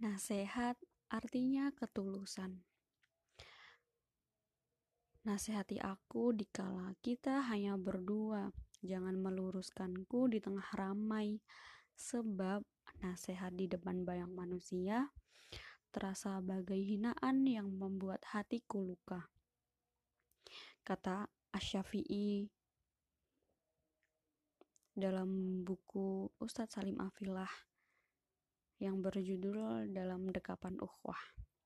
Nasehat artinya ketulusan. Nasihati aku dikala kita hanya berdua. Jangan meluruskanku di tengah ramai, sebab nasihat di depan banyak manusia terasa bagai hinaan yang membuat hatiku luka. Kata Asy-Syafi'i dalam buku Ustadz Salim Afilah yang berjudul Dalam Dekapan Ukhuwah.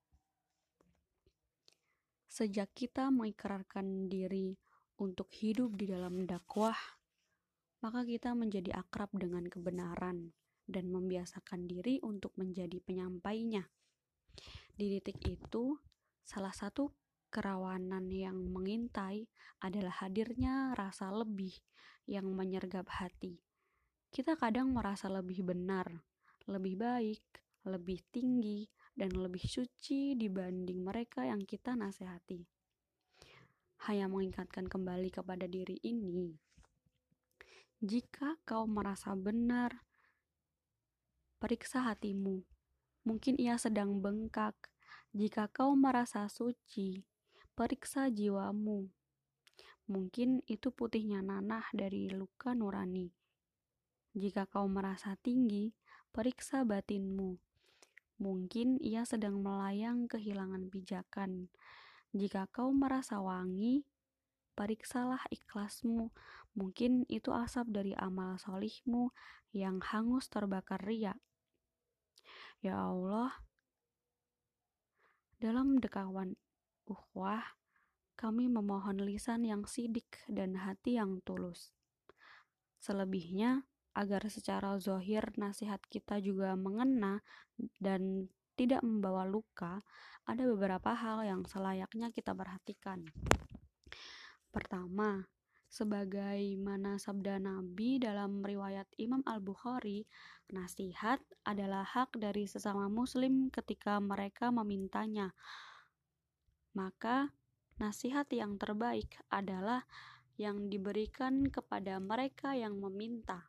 Sejak kita mengikrarkan diri untuk hidup di dalam dakwah, maka kita menjadi akrab dengan kebenaran dan membiasakan diri untuk menjadi penyampainya. Di titik itu, salah satu kerawanan yang mengintai adalah hadirnya rasa lebih yang menyergap hati. Kita kadang merasa lebih benar, lebih baik, lebih tinggi, dan lebih suci dibanding mereka yang kita nasihati. Hanya mengingatkan kembali kepada diri ini. Jika kau merasa benar, periksa hatimu. Mungkin ia sedang bengkak. Jika kau merasa suci, periksa jiwamu. Mungkin itu putihnya nanah dari luka nurani. Jika kau merasa tinggi, periksa batinmu. Mungkin ia sedang melayang kehilangan pijakan. Jika kau merasa wangi, periksalah ikhlasmu. Mungkin itu asap dari amal solihmu yang hangus terbakar riya. Ya Allah, dalam dekapan ukhuwah, kami memohon lisan yang sidik dan hati yang tulus. Selebihnya, agar secara zahir nasihat kita juga mengena dan tidak membawa luka, ada beberapa hal yang selayaknya kita perhatikan. Pertama, sebagaimana sabda Nabi dalam riwayat Imam Al-Bukhari, nasihat adalah hak dari sesama muslim ketika mereka memintanya. Maka, nasihat yang terbaik adalah yang diberikan kepada mereka yang meminta.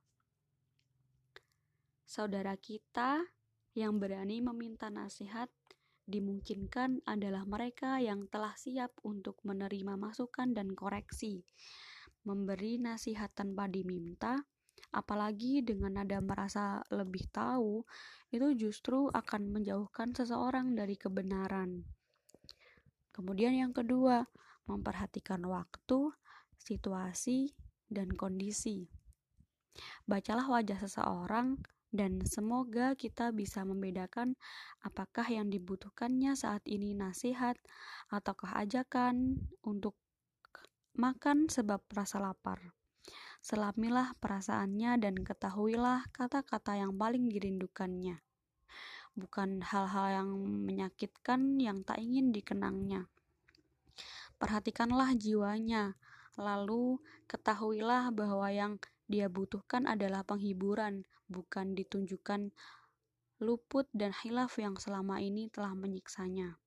Saudara kita yang berani meminta nasihat dimungkinkan adalah mereka yang telah siap untuk menerima masukan dan koreksi. Memberi nasihat tanpa diminta, apalagi dengan nada merasa lebih tahu, itu justru akan menjauhkan seseorang dari kebenaran. Kemudian yang kedua, memperhatikan waktu, situasi, dan kondisi. Bacalah wajah seseorang dan semoga kita bisa membedakan apakah yang dibutuhkannya saat ini nasihat ataukah ajakan untuk makan sebab rasa lapar. Selamilah perasaannya dan ketahuilah kata-kata yang paling dirindukannya, bukan hal-hal yang menyakitkan yang tak ingin dikenangnya. Perhatikanlah jiwanya, lalu ketahuilah bahwa yang dia butuhkan adalah penghiburan, bukan ditunjukkan luput dan khilaf yang selama ini telah menyiksanya.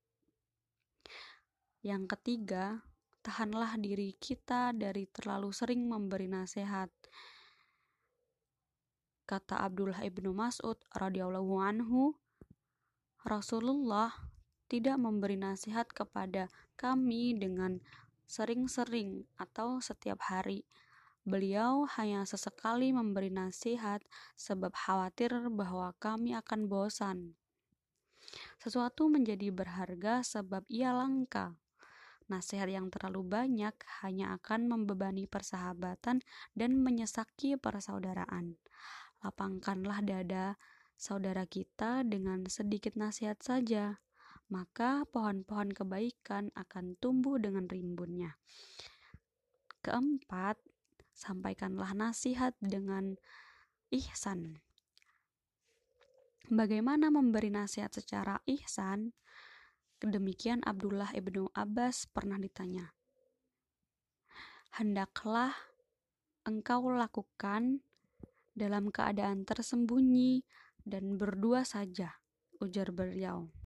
Yang ketiga, tahanlah diri kita dari terlalu sering memberi nasihat. Kata Abdullah ibnu Mas'ud radhiyallahu anhu, Rasulullah tidak memberi nasihat kepada kami dengan sering-sering atau setiap hari. Beliau hanya sesekali memberi nasihat sebab khawatir bahwa kami akan bosan. Sesuatu menjadi berharga sebab ia langka. Nasihat yang terlalu banyak hanya akan membebani persahabatan dan menyesaki persaudaraan. Lapangkanlah dada saudara kita dengan sedikit nasihat saja, maka pohon-pohon kebaikan akan tumbuh dengan rimbunnya. Keempat, sampaikanlah nasihat dengan ihsan. Bagaimana memberi nasihat secara ihsan? Demikian Abdullah ibnu Abbas pernah ditanya. Hendaklah engkau lakukan dalam keadaan tersembunyi dan berdua saja, ujar beliau.